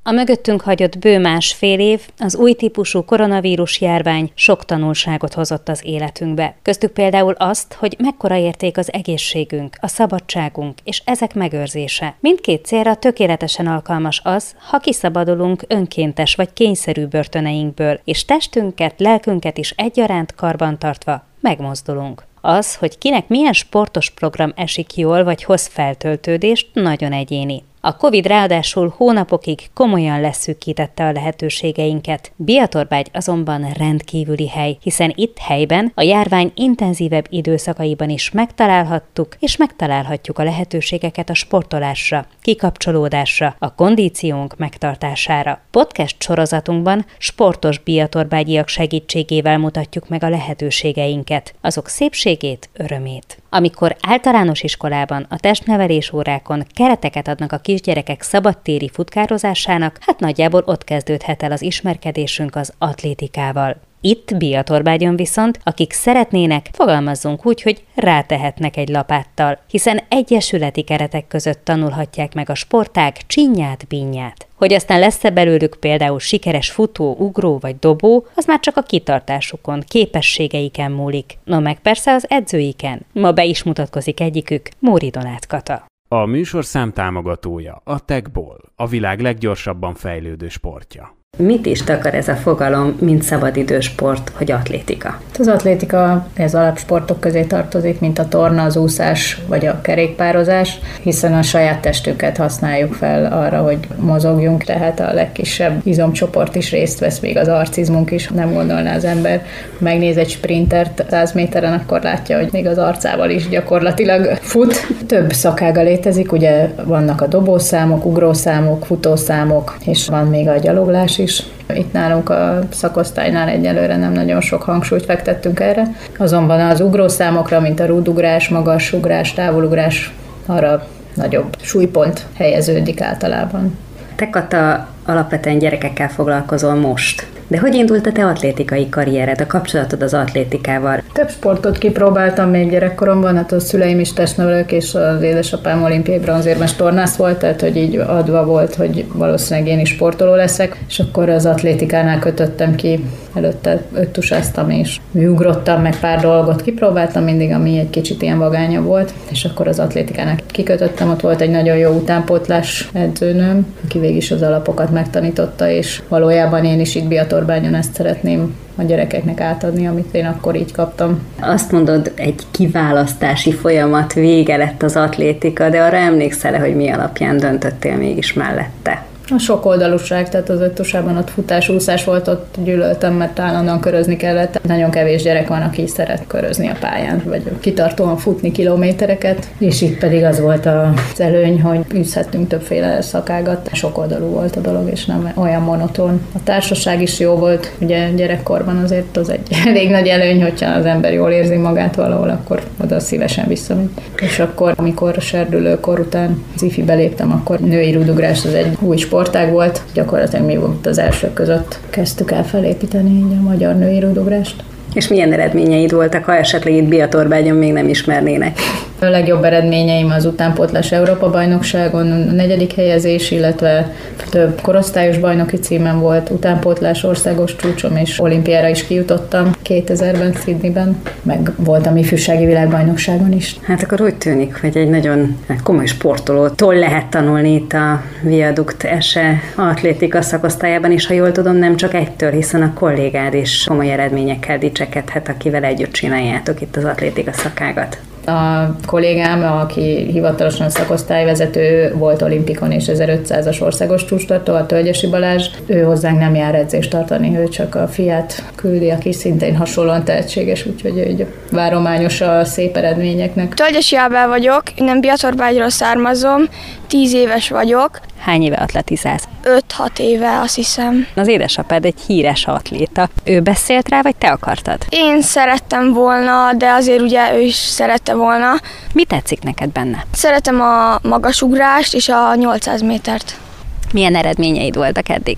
A mögöttünk hagyott bő másfél év, az új típusú koronavírus járvány sok tanulságot hozott az életünkbe. Köztük például azt, hogy mekkora érték az egészségünk, a szabadságunk és ezek megőrzése. Mindkét célra tökéletesen alkalmas az, ha kiszabadulunk önkéntes vagy kényszerű börtöneinkből, és testünket, lelkünket is egyaránt karbantartva megmozdulunk. Az, hogy kinek milyen sportos program esik jól vagy hoz feltöltődést, nagyon egyéni. A Covid ráadásul hónapokig komolyan leszűkítette a lehetőségeinket. Bihatorbágy azonban rendkívüli hely, hiszen itt helyben a járvány intenzívebb időszakaiban is megtalálhattuk és megtalálhatjuk a lehetőségeket a sportolásra, kikapcsolódásra, a kondíciónk megtartására. Podcast sorozatunkban sportos bihatorbágyiak segítségével mutatjuk meg a lehetőségeinket, azok szépségét, örömét. Amikor általános iskolában, a testnevelés órákon kereteket adnak a kisgyerekek szabadtéri futkározásának, hát nagyjából ott kezdődhet el az ismerkedésünk az atlétikával. Itt Bihatorbágyon viszont, akik szeretnének, fogalmazzunk úgy, hogy rátehetnek egy lapáttal, hiszen egyesületi keretek között tanulhatják meg a sportág csinyát, bínyát. Hogy aztán lesz-e belőlük például sikeres futó, ugró vagy dobó, az már csak a kitartásukon, képességeiken múlik. No meg persze az edzőiken. Ma be is mutatkozik egyikük, Móri Donát Kata. A műsorszám támogatója a Techball, a világ leggyorsabban fejlődő sportja. Mit is takar ez a fogalom, mint szabadidősport, hogy atlétika? Az atlétika ez alapsportok közé tartozik, mint a torna, az úszás vagy a kerékpározás, hiszen a saját testünket használjuk fel arra, hogy mozogjunk, tehát a legkisebb izomcsoport is részt vesz, még az arcizmunk is. Nem gondolná az ember, megnéz egy sprintert 100 méteren, akkor látja, hogy még az arcával is gyakorlatilag fut. Több szakága létezik, ugye vannak a dobószámok, ugrószámok, futószámok, és van még a gyaloglás is. Itt nálunk a szakosztálynál egyelőre nem nagyon sok hangsúlyt fektettünk erre. Azonban az ugrószámokra, mint a rúdugrás, magasugrás, távolugrás, arra nagyobb súlypont helyeződik általában. Te, Kata, alapvetően gyerekekkel foglalkozol most. De hogy indult a te atlétikai karriered, a kapcsolatod az atlétikával? Több sportot kipróbáltam még gyerekkoromban, hát a szüleim is testnevelők, és az édesapám olimpiai bronzérmes tornász volt, tehát hogy így adva volt, hogy valószínűleg én is sportoló leszek, és akkor az atlétikánál kötöttem ki, előtte öttusáztam és műugrottam, meg pár dolgot kipróbáltam mindig, ami egy kicsit ilyen vagányabb volt, és akkor az atlétikánál kikötöttem, ott volt egy nagyon jó utánpótlás edzőnőm, aki végig is az alapokat megtanította, és valójában én is itt Bihatorbányon ezt szeretném a gyerekeknek átadni, amit én akkor így kaptam. Azt mondod, egy kiválasztási folyamat vége lett az atlétika, de arra emlékszel-e, hogy mi alapján döntöttél mégis mellette? A sokoldalúság, tehát az öttusában ott futás, úszás volt, ott gyűlöltem, mert állandóan körözni kellett. Nagyon kevés gyerek van, aki szeret körözni a pályán, vagy kitartóan futni kilométereket, és itt pedig az volt az előny, hogy űzhettünk többféle szakágat. Sokoldalú volt a dolog, és nem olyan monoton. A társaság is jó volt, ugye gyerekkorban azért az egy elég nagy előny, hogyha az ember jól érzi magát valahol, akkor oda szívesen visszamegy. És akkor, amikor a serdülőkor után az ifibe léptem, akkor női rúdugrás az egy új sportág volt, gyakorlatilag mi volt az elsők között kezdtük el felépíteni így a magyar női rúdugrást. És milyen eredményeid voltak, ha esetleg itt Bihatorbágyon még nem ismernének? A legjobb eredményeim az utánpótlás Európa-bajnokságon 4. helyezés, illetve több korosztályos bajnoki címem volt, utánpótlás országos csúcsom, és olimpiára is kijutottam 2000-ben Sydneyben, meg voltam ifjúsági világbajnokságon is. Hát akkor úgy tűnik, hogy egy nagyon komoly sportolótól lehet tanulni itt a Viadukt ESE atlétika szakosztályában, és ha jól tudom, nem csak egytől, hiszen a kollégád is komoly eredményekkel dicsekedhet, akivel együtt csináljátok itt az atlétika szakágat. A kollégám, aki hivatalosan szakosztályvezető volt olimpikon és 1500-as országos csúcstartó, a Tölgyesi Balázs, ő hozzánk nem jár edzést tartani, ő csak a fiát küldi, aki szintén hasonlóan tehetséges, úgyhogy ő várományos a szép eredményeknek. Tölgyesi Ábel vagyok, innen Bihatorbágyról származom, 10 éves vagyok. Hány éve atletizálsz? 5-6 éve, azt hiszem. Az édesapád egy híres atléta. Ő beszélt rá, vagy te akartad? Én szerettem volna, de azért ugye ő is szerette volna. Mi tetszik neked benne? Szeretem a magasugrást és a 800 métert. Milyen eredményeid voltak eddig?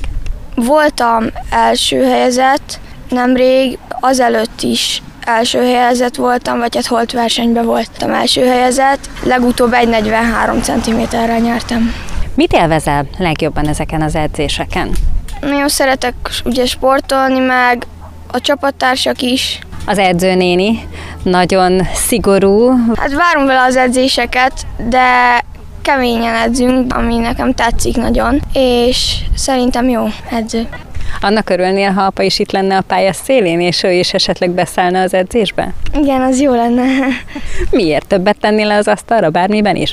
Voltam első helyezett, nemrég, azelőtt is első helyezett voltam, vagy hát holtversenyben voltam első helyezett, legutóbb 1,43 cm-rel nyertem. Mit élvezel legjobban ezeken az edzéseken? Nagyon szeretek ugye sportolni, meg a csapattársak is. Az edzőnéni nagyon szigorú. Hát várunk vele az edzéseket, de keményen edzünk, ami nekem tetszik nagyon, és szerintem jó edző. Annak örülnél, ha apa is itt lenne a pálya szélén, és ő is esetleg beszállna az edzésbe? Igen, az jó lenne. Miért? Többet tennél le az asztalra, bármiben is?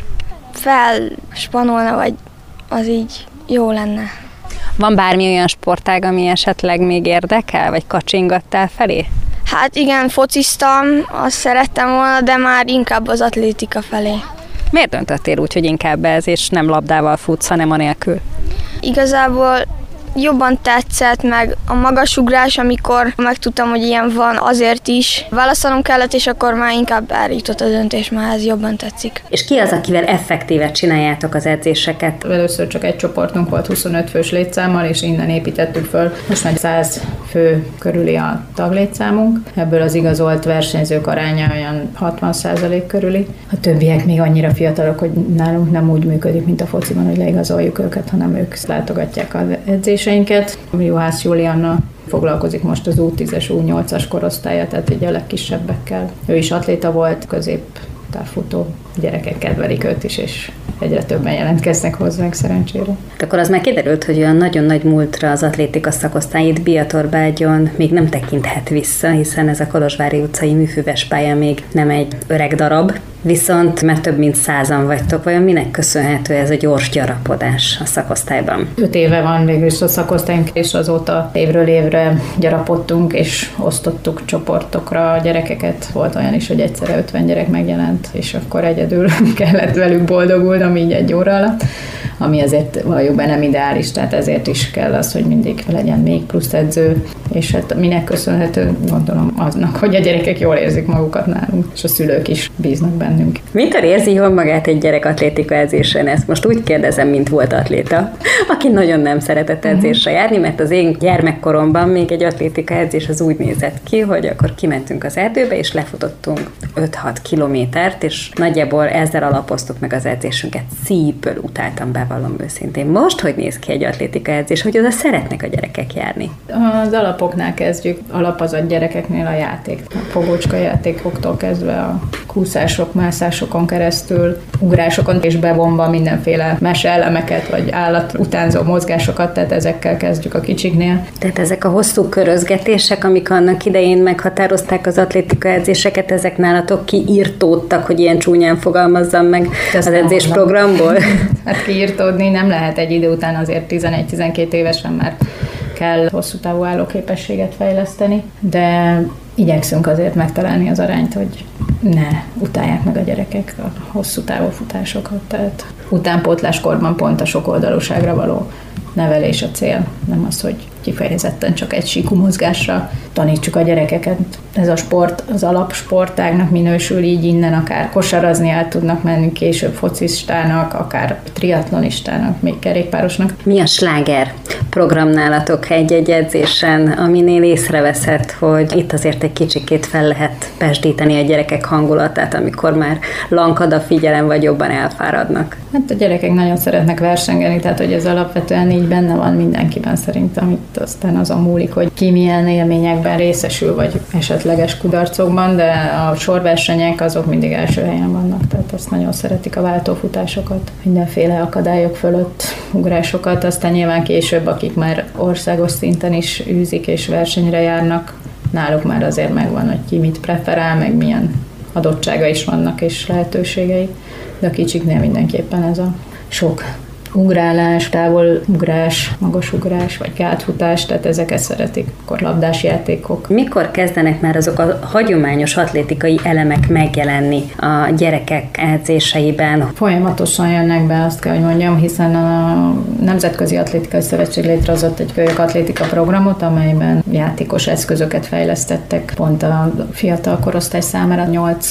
Felspanolna, vagy az így jó lenne. Van bármi olyan sportág, ami esetleg még érdekel, vagy kacsingattál felé? Hát igen, fociztam, azt szerettem volna, de már inkább az atlétika felé. Miért döntöttél úgy, hogy inkább ez, és nem labdával futsz, hanem anélkül? Igazából jobban tetszett, meg a magasugrás, amikor megtudtam, hogy ilyen van, azért is választanom kellett, és akkor már inkább eljutott a döntés, már ez jobban tetszik. És ki az, akivel effektíve csináljátok az edzéseket? Először csak egy csoportunk volt 25 fős létszámmal, és innen építettük föl. Most már 100 fő körüli a taglétszámunk. Ebből az igazolt versenyzők aránya olyan 60% körüli. A többiek még annyira fiatalok, hogy nálunk nem úgy működik, mint a fociban, hogy leigazoljuk őket, hanem ők látogatják az edzéseinket. Juhász Julianna foglalkozik most az U10-es, U8-as korosztálya, tehát egy a legkisebbekkel. Ő is atléta volt, középtávfutó. Gyerekek kedvelik őt is, és egyre többen jelentkeznek hozzánk szerencsére. Akkor az már kiderült, hogy olyan nagyon nagy múltra az atlétika szakosztályt Biatorbágyon még nem tekinthet vissza, hiszen ez a Kolozsvári utcai műfüves pálya még nem egy öreg darab, viszont már több mint 100-an vagytok. Vajon minek köszönhető ez a gyors gyarapodás a szakosztályban? 5 éve van végülis a szakosztályunk, és azóta évről évre gyarapodtunk, és osztottuk csoportokra a gyerekeket. Volt olyan is, hogy egyszerre 50 gyerek megjelent, és akkor egyedül kellett velük boldogulnom így egy óra alatt, ami azért valójában nem ideális, tehát ezért is kell az, hogy mindig legyen még plusz edző, és hát minek köszönhető, gondolom aznak, hogy a gyerekek jól érzik magukat nálunk, és a szülők is bíznak bennünk. Mitől érzi jól magát egy gyerek atlétika edzésen? Ezt most úgy kérdezem, mint volt atléta, aki nagyon nem szeretett edzésre járni, mert az én gyermekkoromban még egy atlétika edzés az úgy nézett ki, hogy akkor kimentünk az erdőbe, és lefutottunk 5-6 kilométert, és nagyjából ezzel alapoztuk meg az edzésünket. Szívből utáltam, bevallom őszintén. Most hogy néz ki egy atlétika edzés, hogy oda szeretnek a gyerekek járni? Az alapoknál kezdjük. Alap az a gyerekeknél a játék. A fogócska játékoktól kezdve a kúszások, mászásokon keresztül, ugrásokon, és bevonva mindenféle meseelemeket, vagy állatutánzó mozgásokat, tehát ezekkel kezdjük a kicsiknél. Tehát ezek a hosszú körözgetések, amik annak idején meghatározták az atlétika edzéseket, ezek nálatok kiírtódtak, hogy ilyen csúnyán fogalmazzam meg az edzésprogramból? Hát kiírtódni nem lehet egy idő után, azért 11-12 évesen már kell hosszú távú állóképességet fejleszteni, de igyekszünk azért megtalálni az arányt, hogy ne utálják meg a gyerekek a hosszú távú futásokat, tehát utánpótláskorban pont a sokoldalúságra való nevelés a cél, nem az, hogy kifejezetten csak egy síkú mozgásra tanítsuk a gyerekeket. Ez a sport az alapsportágnak minősül, így innen akár kosarazni el tudnak menni, később focistának, akár triatlonistának, még kerékpárosnak. Mi a sláger program nálatok egy-egy edzésen, aminél észreveszed, hogy itt azért egy kicsikét fel lehet pesdíteni a gyerekek hangulatát, amikor már lankad a figyelem, vagy jobban elfáradnak? Hát a gyerekek nagyon szeretnek versengeni, tehát hogy ez alapvetően így benne van mindenkiben szerintem. Itt aztán azon múlik, hogy ki milyen élményekben részesül, vagy esetleges kudarcokban, de a sorversenyek azok mindig első helyen vannak, tehát azt nagyon szeretik a váltófutásokat, mindenféle akadályok fölött ugrásokat, aztán nyilván később, akik már országos szinten is űzik és versenyre járnak, náluk már azért megvan, hogy ki mit preferál, meg milyen adottsága is vannak és lehetőségei, de a kicsiknél mindenképpen ez a sok ugrálás, távolugrás, magasugrás, vagy gátfutás, tehát ezeket szeretik, akkor labdás játékok. Mikor kezdenek már azok a hagyományos atlétikai elemek megjelenni a gyerekek edzéseiben? Folyamatosan jönnek be, azt kell, hogy mondjam, hiszen a Nemzetközi Atlétikai Szövetség létrehozott egy kölyök atlétika programot, amelyben játékos eszközöket fejlesztettek pont a fiatal korosztály számára, 8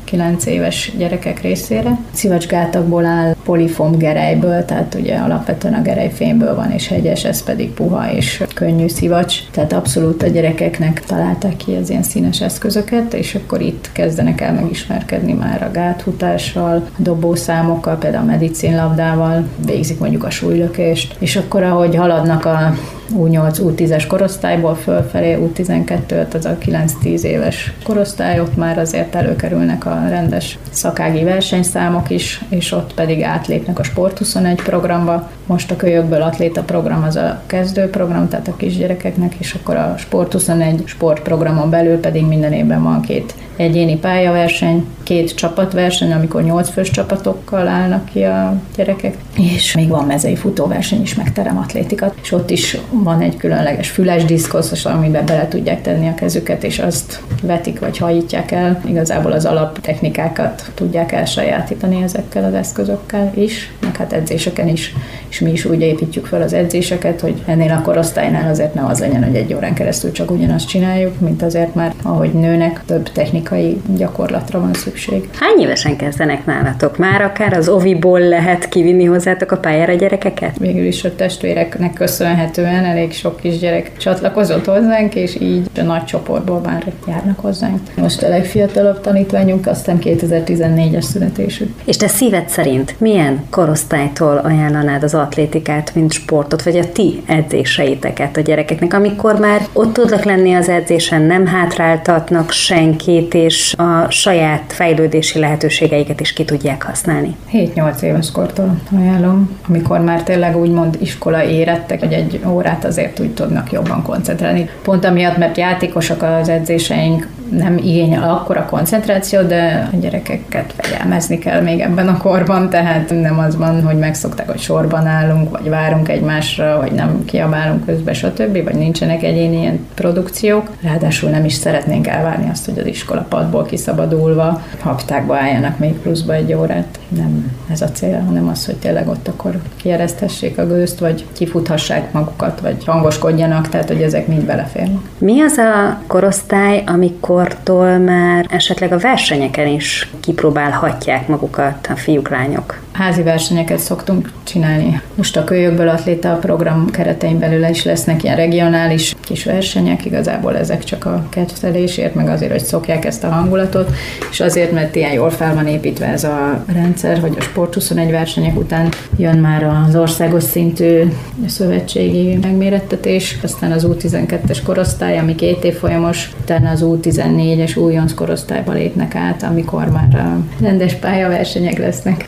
9 éves gyerekek részére. Szivacsgátakból áll, polifóm gerejből, tehát ugye alapvetően a gerejfémből van, és hegyes, ez pedig puha és könnyű szivacs. Tehát abszolút a gyerekeknek találták ki az ilyen színes eszközöket, és akkor itt kezdenek el megismerkedni már a gáthutással, a dobószámokkal, például a medicinlabdával, végzik mondjuk a súlylökést, és akkor ahogy haladnak a U8, U10-es korosztályból fölfelé, U12, az a 9-10 éves korosztályok már azért előkerülnek a rendes szakági versenyszámok is, és ott pedig átlépnek a Sport 21 programba. Most a kölyökből atléta program az a kezdőprogram, tehát a kisgyerekeknek, és akkor a Sport 21 sportprogramon belül pedig minden évben van 2 egyéni pályaverseny, 2 csapatverseny, amikor 8 fős csapatokkal állnak ki a gyerekek, és még van mezei futóverseny is, meg terematlétika, és ott is van egy különleges füles diszkosz, amiben bele tudják tenni a kezüket, és azt vetik vagy hajítják el. Igazából az alaptechnikákat tudják elsajátítani ezekkel az eszközökkel is, meg hát edzéseken is, és mi is úgy építjük fel az edzéseket, hogy ennél a korosztálynál azért nem az legyen, hogy 1 órán keresztül csak ugyanazt csináljuk, mint azért már, ahogy nőnek, több technikai gyakorlatra van szükség. Hány évesen kezdenek nálatok? Már akár az oviból lehet kivinni hozzátok a pályára gyerekeket? Végül is a testvéreknek köszönhetően elég sok kisgyerek csatlakozott hozzánk, és így a nagy csoportból már járnak hozzánk. Most a legfiatalabb tanítványunk aztán 2014-es születésű. És te szíved szerint milyen korosztálytól ajánlanád az atlétikát, mint sportot, vagy a ti edzéseiteket a gyerekeknek, amikor már ott tudnak lenni az edzésen, nem hátráltatnak senkit, és a saját fejlődési lehetőségeiket is ki tudják használni? 7-8 éves kortól ajánlom, amikor már tényleg úgymond iskola érettek, hogy 1 órát azért úgy tudnak jobban koncentrálni. Pont amiatt, mert játékosak az edzéseink, nem igényel akkora koncentráció, de a gyerekeket fegyelmezni kell még ebben a korban, tehát nem az van, hogy megszokták, hogy sorban állunk, vagy várunk egymásra, vagy nem kiabálunk közben, stb., vagy nincsenek egyéni ilyen produkciók. Ráadásul nem is szeretnénk elvárni azt, hogy az iskolapadból kiszabadulva haptákba álljanak még pluszba 1 órát. Nem ez a cél, hanem az, hogy tényleg ott akkor kiereszthessék a gőzt, vagy kifuthassák magukat, vagy hangoskodjanak, tehát hogy ezek mind beleférnek. Mi az a korosztály, amikortól már esetleg a versenyeken is kipróbálhatják magukat a fiúk, lányok? Házi versenyeket szoktunk csinálni. Most a kölyökből atléta program keretein belül is lesznek ilyen regionális kis versenyek, igazából ezek csak a kedvelésért, meg azért, hogy szokják ezt a hangulatot, és azért, mert ilyen jól fel van építve ez a rendszer, hogy a Sport 21 versenyek után jön már az országos szintű szövetségi megmérettetés, aztán az U12-es korosztály, ami 2 évfolyamos, utána az U14-es U8 korosztályba lépnek át, amikor már a rendes pályaversenyek lesznek.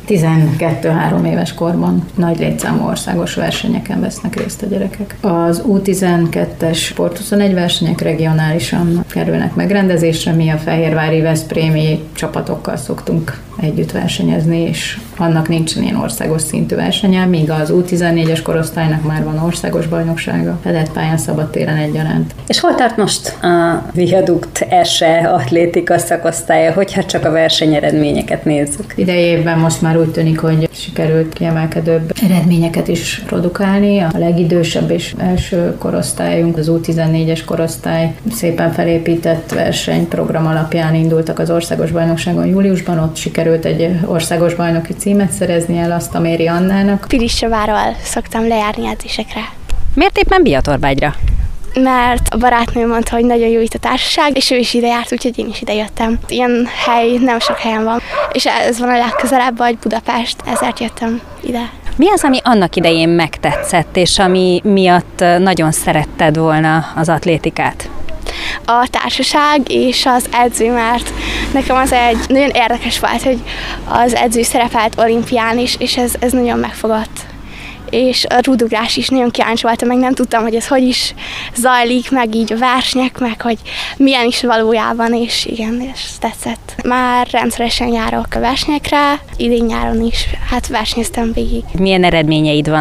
12-3 éves korban nagy létszámú országos versenyeken vesznek részt a gyerekek. Az U12-es Sport 21 versenyek regionálisan kerülnek megrendezésre, mi a fehérvári, veszprémi csapatokkal szoktunk együtt versenyezni, és annak nincsen ilyen országos szintű versenye, míg az U14-es korosztálynak már van országos bajnoksága, fedett pályán, szabadtéren egyaránt. És hol tart most a Viadukt ESE atlétika szakosztálya, hogyha csak a versenyeredményeket nézzük? Idei évben most már úgy tűnik, hogy sikerült kiemelkedőbb eredményeket is produkálni. A legidősebb és első korosztályunk, az U14-es korosztály szépen felépített versenyprogram alapján indultak az országos bajnokságon júliusban, ott sikerült egy országos bajnoki címet szerezni el, azt a Méri Annának. Pirisavárral szoktam lejárni edzésekre. Miért éppen Biatorvágyra? Mert a barátnőm mondta, hogy nagyon jó itt a társaság, és ő is ide járt, úgyhogy én is ide jöttem. Ilyen hely nem sok helyen van, és ez van a legközelebb, vagy Budapest, ezért jöttem ide. Mi az, ami annak idején megtetszett, és ami miatt nagyon szeretted volna az atlétikát? A társaság és az edző, mert nekem az egy nagyon érdekes volt, hogy az edző szerepelt olimpián is, és ez nagyon megfogott. És a rúdugrás is nagyon kíváncsi voltam, meg nem tudtam, hogy ez hogy is zajlik, meg így a versenyek, meg hogy milyen is valójában, és igen, és tetszett. Már rendszeresen járok a versenyekre, idén nyáron is, hát versenyeztem végig. Milyen eredményeid vannak?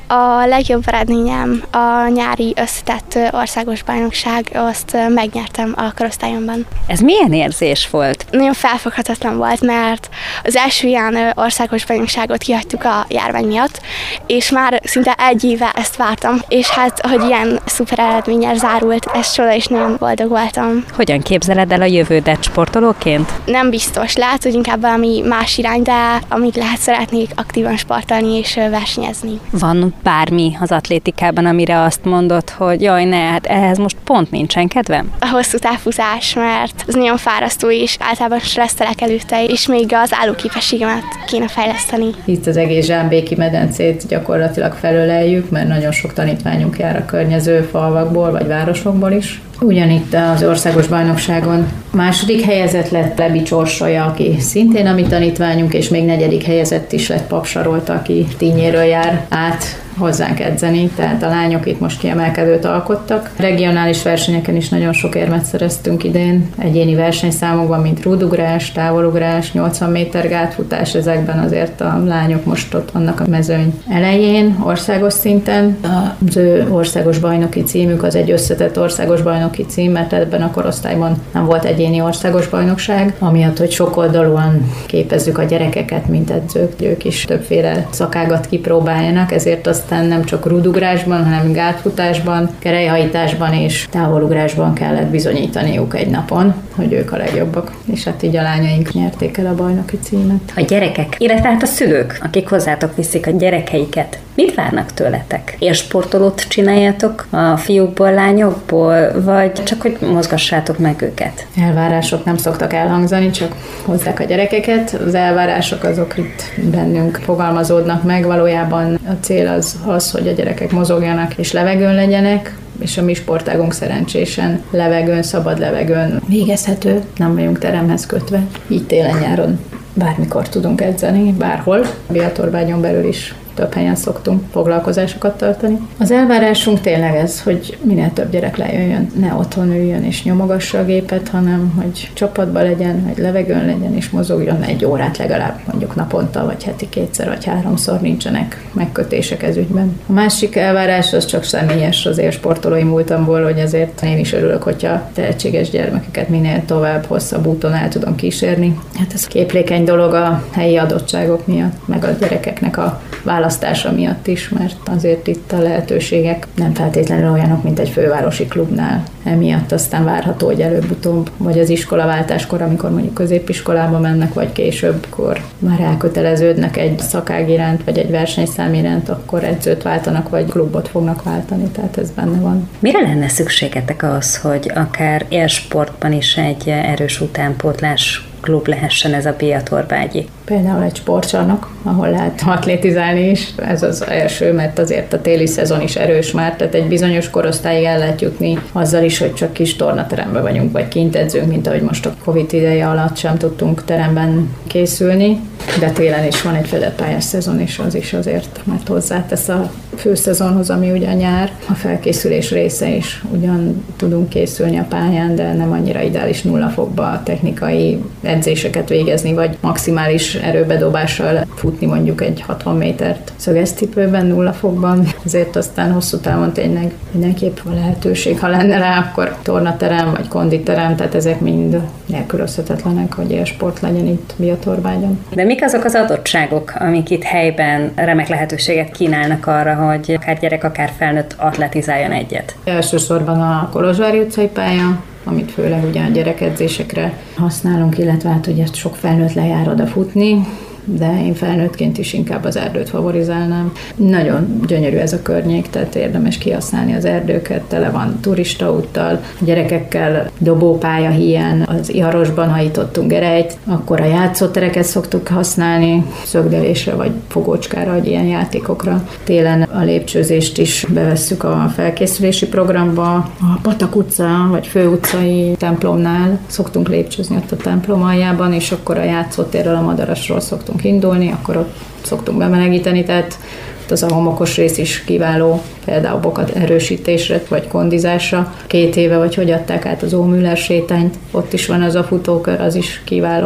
A legjobb eredményem a nyári összetett országos bajnokság, azt megnyertem a korosztályomban. Ez milyen érzés volt? Nagyon felfoghatatlan volt, mert az első ilyen országos bajnokságot kihagytuk a járvány miatt, és már szinte egy éve ezt vártam, és hát, hogy ilyen szuper eredménnyel zárult, ez csoda, és nagyon boldog voltam. Hogyan képzeled el a jövődet sportolóként? Nem biztos, lehet, hogy inkább valami más irány, de amit lehet, szeretnék aktívan sportolni és versenyezni. Van bármi az atlétikában, amire azt mondod, hogy jaj, ne, hát ehhez most pont nincsen kedvem? A hosszú távfutás, mert ez nagyon fárasztó, és általában stresszelek előtte, és még az állóképességemet kéne fejleszteni. Itt az egész Zsámbéki medencét gyakorlatilag felöleljük, mert nagyon sok tanítványunk jár a környező falvakból vagy városokból is. Ugyanitt az országos bajnokságon második helyezett lett Lebi Csorsolya, aki szintén a mi tanítványunk, és még negyedik helyezett is lett Pap Sarolta, aki Tínjéről jár át hozzánk edzeni, tehát a lányok itt most kiemelkedőt alkottak. Regionális versenyeken is nagyon sok érmet szereztünk idén, egyéni versenyszámokban, mint rúdugrás, távolugrás, 80 méter gátfutás, ezekben azért a lányok most ott vannak a mezőny elején, országos szinten. Az ő országos bajnoki címük az egy összetett országos bajnoki cím, mert ebben a korosztályban nem volt egyéni országos bajnokság, amiatt, hogy sokoldalúan képezzük a gyerekeket, mint edzők, ők is többféle szakágat kipróbáljanak, ezért aztán nem csak rúdugrásban, hanem gátfutásban, kerelyhajításban és távolugrásban kellett bizonyítaniuk egy napon, hogy ők a legjobbak. És hát így a lányaink nyerték el a bajnoki címet. A gyerekek, illetve hát a szülők, akik hozzátok viszik a gyerekeiket, mit várnak tőletek? Élsportolót csináljátok a fiúkból, lányokból, vagy csak hogy mozgassátok meg őket? Elvárások nem szoktak elhangzani, csak hozzák a gyerekeket. Az elvárások azok itt bennünk fogalmazódnak meg. Valójában a cél az, hogy a gyerekek mozogjanak és levegőn legyenek, és a mi sportágunk szerencsésen levegőn, szabad levegőn végezhető, nem vagyunk teremhez kötve. Így télen-nyáron bármikor tudunk edzeni, bárhol. Biatorbágyon belül is több helyen szoktunk foglalkozásokat tartani. Az elvárásunk tényleg ez, hogy minél több gyerek lejöjjön, ne otthon üljön és nyomogassa a gépet, hanem hogy csapatban legyen, hogy levegőn legyen és mozogjon egy órát legalább mondjuk naponta, vagy heti 2-szer vagy 3-szor, nincsenek megkötések ez ügyben. A másik elvárás az csak személyes az élsportolói múltamból, hogy azért én is örülök, hogyha tehetséges gyermekeket minél tovább, hosszabb úton el tudom kísérni. Hát ez képlékeny dolog a helyi adottságok miatt, meg a gyerekeknek a választása miatt is, mert azért itt a lehetőségek nem feltétlenül olyanok, mint egy fővárosi klubnál. Emiatt aztán várható, hogy előbb-utóbb, vagy az iskolaváltáskor, amikor mondjuk középiskolába mennek, vagy későbbkor már elköteleződnek egy szakág iránt, vagy egy versenyszám iránt, akkor edzőt váltanak, vagy klubot fognak váltani, tehát ez benne van. Mire lenne szükségetek ahhoz, hogy akár élsportban is egy erős utánpótlás klub lehessen ez a Biatorbágyi? Például egy sportcsarnok, ahol lehet atlétizálni is. Ez az első, mert azért a téli szezon is erős már, tehát egy bizonyos korosztályig el lehet jutni azzal is, hogy csak kis tornateremben vagyunk, vagy kint edzünk, mint ahogy most a Covid ideje alatt sem tudtunk teremben készülni. De télen is van egy fedett pályás szezon, és az is azért, mert hozzátesz a főszezonhoz, ami ugye a nyár, a felkészülés része is. Ugyan tudunk készülni a pályán, de nem annyira ideális 0 fokba technikai edzéseket végezni, vagy maximális erőbedobással futni mondjuk egy 60 métert szögeszcipőben 0 fokban. Ezért aztán hosszú távon tényleg mindenképp a lehetőség, ha lenne rá, akkor tornaterem vagy konditerem, tehát ezek mind nélkülözhetetlenek, hogy élsport legyen itt Biatorbágyon. De mik azok az adottságok, amik itt helyben remek lehetőséget kínálnak arra, hogy akár gyerek, akár felnőtt atletizáljon egyet? Elsősorban a Kolozsvári utcai pálya, amit főleg ugye a gyerekedzésekre használunk, illetve hát ugye sok felnőtt lejár oda futni, de én felnőttként is inkább az erdőt favorizálnám. Nagyon gyönyörű ez a környék, tehát érdemes kihasználni az erdőket, tele van turistaúttal, gyerekekkel, dobópálya híján, az Iharosban hajítottunk gerejt, akkor a játszótereket szoktuk használni, szögdelésre vagy fogócskára, vagy ilyen játékokra. Télen a lépcsőzést is bevesszük a felkészülési programba. A Patak utca, vagy Főutcai templomnál szoktunk lépcsőzni ott a templom aljában, és akkor a játszótérrel, a Madarasról szoktunk indulni, akkor ott szoktunk bemelegíteni, tehát az a homokos rész is kiváló, például bokat erősítésre vagy kondizásra. 2 éve, vagy hogy adták át az Ómüller sétányt, ott is van az a futókör, az is kiváló.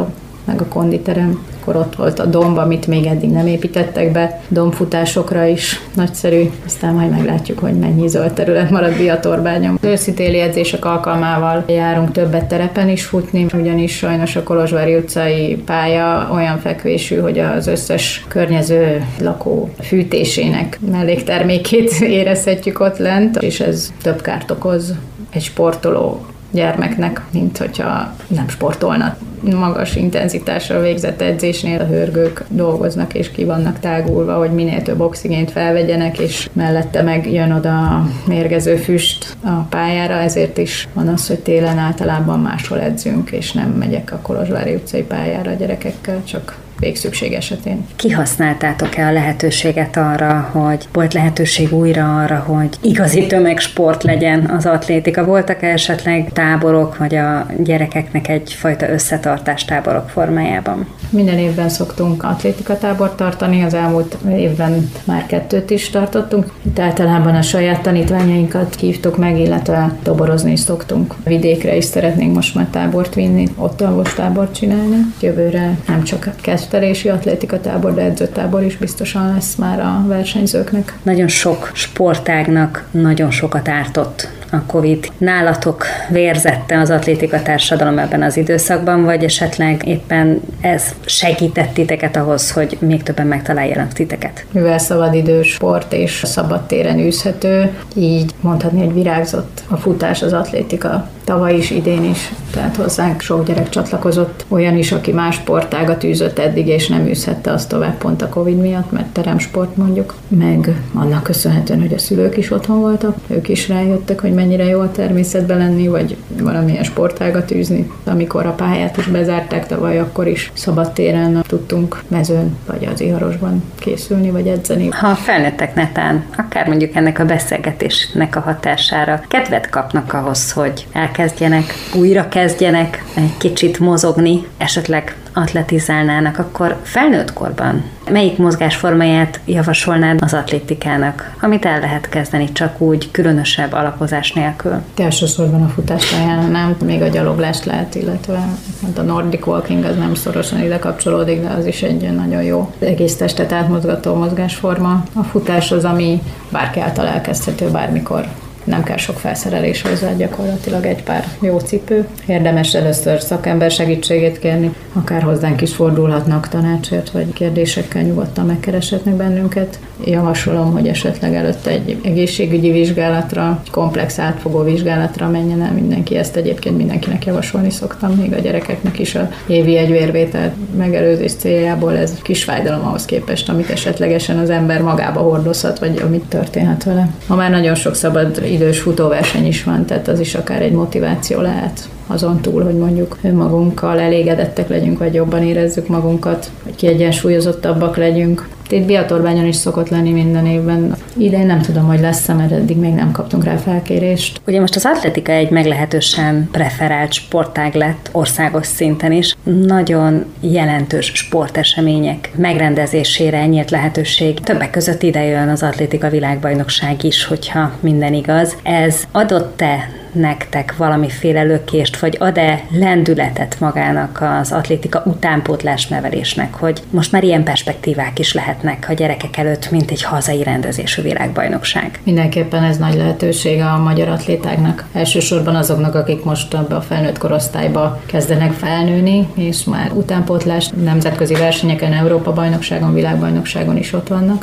meg a konditerem. Akkor ott volt a domb, amit még eddig nem építettek be, dombfutásokra is nagyszerű, aztán majd meglátjuk, hogy mennyi zöld terület marad Biatorbányon. Az őszi-téli edzések alkalmával járunk többet terepen is futni, ugyanis sajnos a Kolozsvári utcai pálya olyan fekvésű, hogy az összes környező lakó fűtésének melléktermékét érezhetjük ott lent, és ez több kárt okoz egy sportoló gyermeknek, mint hogyha nem sportolna. Magas intenzitásra végzett edzésnél a hörgők dolgoznak és ki vannak tágulva, hogy minél több oxigént felvegyenek, és mellette meg jön oda a mérgező füst a pályára, ezért is van az, hogy télen általában máshol edzünk, és nem megyek a Kolozsvári utcai pályára a gyerekekkel, csak végszükség esetén. Kihasználtátok-e a lehetőséget arra, hogy volt lehetőség újra arra, hogy igazi tömegsport legyen az atlétika? Voltak esetleg táborok, vagy a gyerekeknek egyfajta összetartástáborok formájában? Minden évben szoktunk atlétikatábort tartani, az elmúlt évben már 2 is tartottunk. Itt általában a saját tanítványainkat hívtuk meg, illetve toborozni is szoktunk. Vidékre is szeretnénk most már tábort vinni, ott alvostábort csinálni. Jövőre nem csak kezdtelési atlétikatábor, de edzőtábor is biztosan lesz már a versenyzőknek. Nagyon sok sportágnak nagyon sokat ártott a Covid. Nálatok vérzette az atlétika társadalom ebben az időszakban, vagy esetleg éppen ez segített titeket ahhoz, hogy még többen megtaláljanak titeket? Mivel szabadidős sport és szabadtéren űzhető, így mondhatni, hogy virágzott a futás, az atlétika. Tavaly is, idén is, tehát hozzánk sok gyerek csatlakozott, olyan is, aki más sportágat űzött eddig, és nem űzhette azt tovább pont a Covid miatt, mert teremsport mondjuk, meg annak köszönhetően, hogy a szülők is otthon voltak, ők is rájöttek, hogy mennyire jó a természetben lenni, vagy valamilyen sportágat űzni. Amikor a pályát is bezárták tavaly, akkor is szabadtéren tudtunk mezőn, vagy az Iharosban készülni, vagy edzeni. Ha a felnőttek netán, akár mondjuk ennek a beszélgetésnek a hatására kedvet kapnak ahhoz, hogy elkezdjenek, újra kezdjenek egy kicsit mozogni, esetleg atletizálnának, akkor felnőtt korban melyik mozgásformáját javasolnád az atlétikának, amit el lehet kezdeni csak úgy különösebb alapozás nélkül? Elsősorban a futást ajánlanám, még a gyaloglást lehet, illetve a Nordic Walking az nem szorosan ide kapcsolódik, de az is egy nagyon jó egész testet átmozgató mozgásforma. A futás az, ami bárki által elkezdhető bármikor. Nem kell sok felszerelés hozzá, gyakorlatilag egy pár jó cipő. Érdemes először szakember segítségét kérni, akár hozzánk is fordulhatnak tanácsért, vagy kérdésekkel nyugodtan megkereshetnek bennünket. Javasolom, hogy esetleg előtte egy egészségügyi vizsgálatra, egy komplex átfogó vizsgálatra menjen el mindenki. Ezt egyébként mindenkinek javasolni szoktam, még a gyerekeknek is a évi egy vérvétel megelőzés céljából. Ez kis fájdalom ahhoz képest, amit esetlegesen az ember magába hordozhat, vagy amit történhet vele. Ha már nagyon sok szabad idős futóverseny is van, tehát az is akár egy motiváció lehet. Azon túl, hogy mondjuk önmagunkkal elégedettek legyünk, vagy jobban érezzük magunkat, hogy kiegyensúlyozottabbak legyünk. Itt Biatorbányon is szokott lenni minden évben. Idén nem tudom, hogy lesz-e, mert eddig még nem kaptunk rá felkérést. Ugye most az atletika egy meglehetősen preferált sportág lett országos szinten is. Nagyon jelentős sportesemények megrendezésére nyílt lehetőség. Többek között ide jön az atlétika világbajnokság is, hogyha minden igaz. Ez adott-e nektek valamiféle lökést, vagy ad-e lendületet magának az atlétika utánpótlás nevelésnek, hogy most már ilyen perspektívák is lehetnek a gyerekek előtt, mint egy hazai rendezésű világbajnokság? Mindenképpen ez nagy lehetősége a magyar atlétáknak. Elsősorban azoknak, akik most abba a felnőtt korosztályba kezdenek felnőni, és már utánpótlás nemzetközi versenyeken, Európa-bajnokságon, világbajnokságon is ott vannak.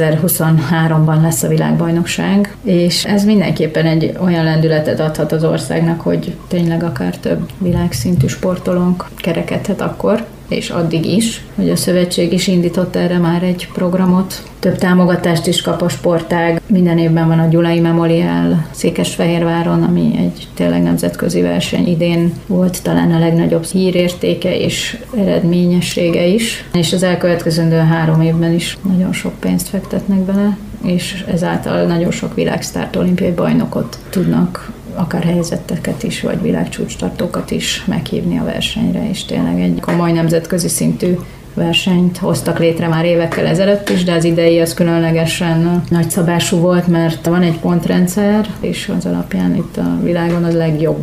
2023-ban lesz a világbajnokság, és ez mindenképpen egy olyan lendületet adhat az országnak, hogy tényleg akár több világszintű sportolónk kerekedhet akkor, és addig is, hogy a szövetség is indított erre már egy programot. Több támogatást is kap a sportág. Minden évben van a Gyulai Memorial Székesfehérváron, ami egy tényleg nemzetközi verseny. Idén volt talán a legnagyobb hírértéke és eredményessége is. És az elkövetkezendő 3 évben is nagyon sok pénzt fektetnek bele, és ezáltal nagyon sok világsztárt, olimpiai bajnokot tudnak akár helyezetteket is, vagy világcsúcstartókat is meghívni a versenyre, és tényleg egy komoly nemzetközi szintű versenyt hoztak létre már évekkel ezelőtt is, de az idei az különlegesen nagyszabású volt, mert van egy pontrendszer, és az alapján itt a világon a legjobb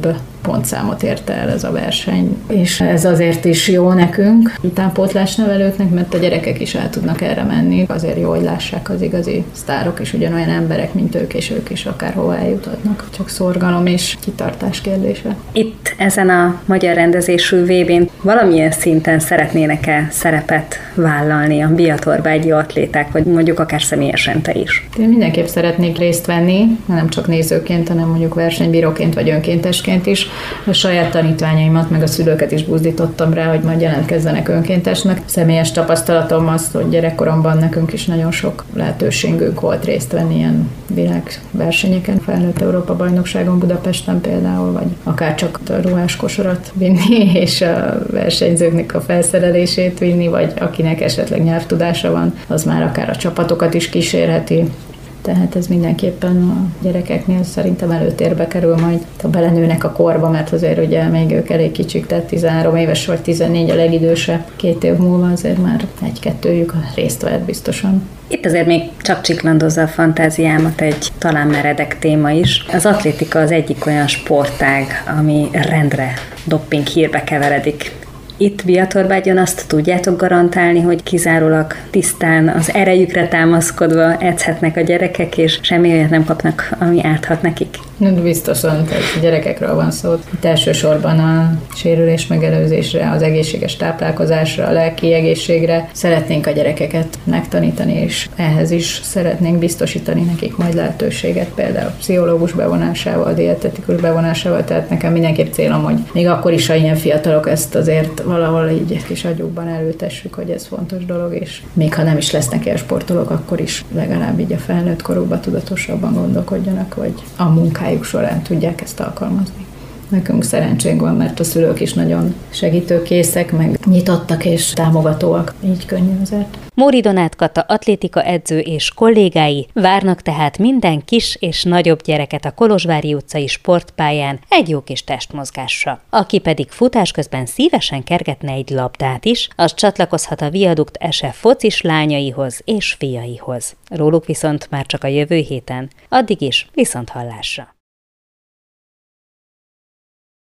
pontszámot érte el ez a verseny. És ez azért is jó nekünk, utánpótlásnevelőknek, mert a gyerekek is el tudnak erre menni. Azért jó, hogy lássák az igazi sztárok is ugyanolyan emberek, mint ők, és ők is akárhova eljuthatnak. Csak szorgalom és kitartás kérdése. Itt ezen a magyar rendezésű VB-n valamilyen szinten szeretnének-e szerepet vállalni a biatorbágyi atléták, vagy mondjuk akár személyesen te is? Én mindenképp szeretnék részt venni, nem csak nézőként, hanem mondjuk versenybíróként vagy önkéntesként is. A saját tanítványaimat, meg a szülőket is buzdítottam rá, hogy majd jelentkezzenek önkéntesnek. Személyes tapasztalatom az, hogy gyerekkoromban nekünk is nagyon sok lehetőségünk volt részt venni ilyen világversenyeken, felnőtt Európa-bajnokságon Budapesten például, vagy akár csak a ruhás kosarat vinni, és a versenyzőknek a felszerelését vinni, vagy akinek esetleg nyelvtudása van, az már akár a csapatokat is kísérheti. Tehát ez mindenképpen a gyerekeknél szerintem előtérbe kerül majd, ha belenőnek a korba, mert azért ugye még ők elég kicsik, tehát 13 éves vagy 14 a legidősebb, 2 év múlva azért már 1-2-jük részt vehet biztosan. Itt azért még csak csiklandozza a fantáziámat egy talán meredek téma is. Az atlétika az egyik olyan sportág, ami rendre dopping hírbe keveredik. Itt Biatorbágyon azt tudjátok garantálni, hogy kizárólag tisztán az erejükre támaszkodva edzhetnek a gyerekek, és semmi olyat nem kapnak, ami árthat nekik? Biztosan, tehát gyerekekről van szó. Itt elsősorban a sérülés megelőzésre, az egészséges táplálkozásra, a lelki egészségre szeretnénk a gyerekeket megtanítani, és ehhez is szeretnénk biztosítani nekik majd lehetőséget, például pszichológus bevonásával, dietetikus bevonásával, tehát nekem mindenképp célom, hogy még akkor is, ha ilyen fiatalok, ezt azért valahol így kis agyukban előtessük, hogy ez fontos dolog, és még ha nem is lesznek ilyen sportolók, akkor is legalább így a felnőtt korukban tudatosabban gondolkodjanak, vagy a munkájuk során tudják ezt alkalmazni. Nekünk szerencsénk van, mert a szülők is nagyon segítőkészek, meg nyitottak és támogatóak, így könnyű azért. Móri Donát Kata atlétika edző és kollégái várnak tehát minden kis és nagyobb gyereket a Kolozsvári utcai sportpályán egy jó kis testmozgásra. Aki pedig futás közben szívesen kergetne egy labdát is, az csatlakozhat a Viadukt SF focis lányaihoz és fiaihoz. Róluk viszont már csak a jövő héten. Addig is viszonthallásra.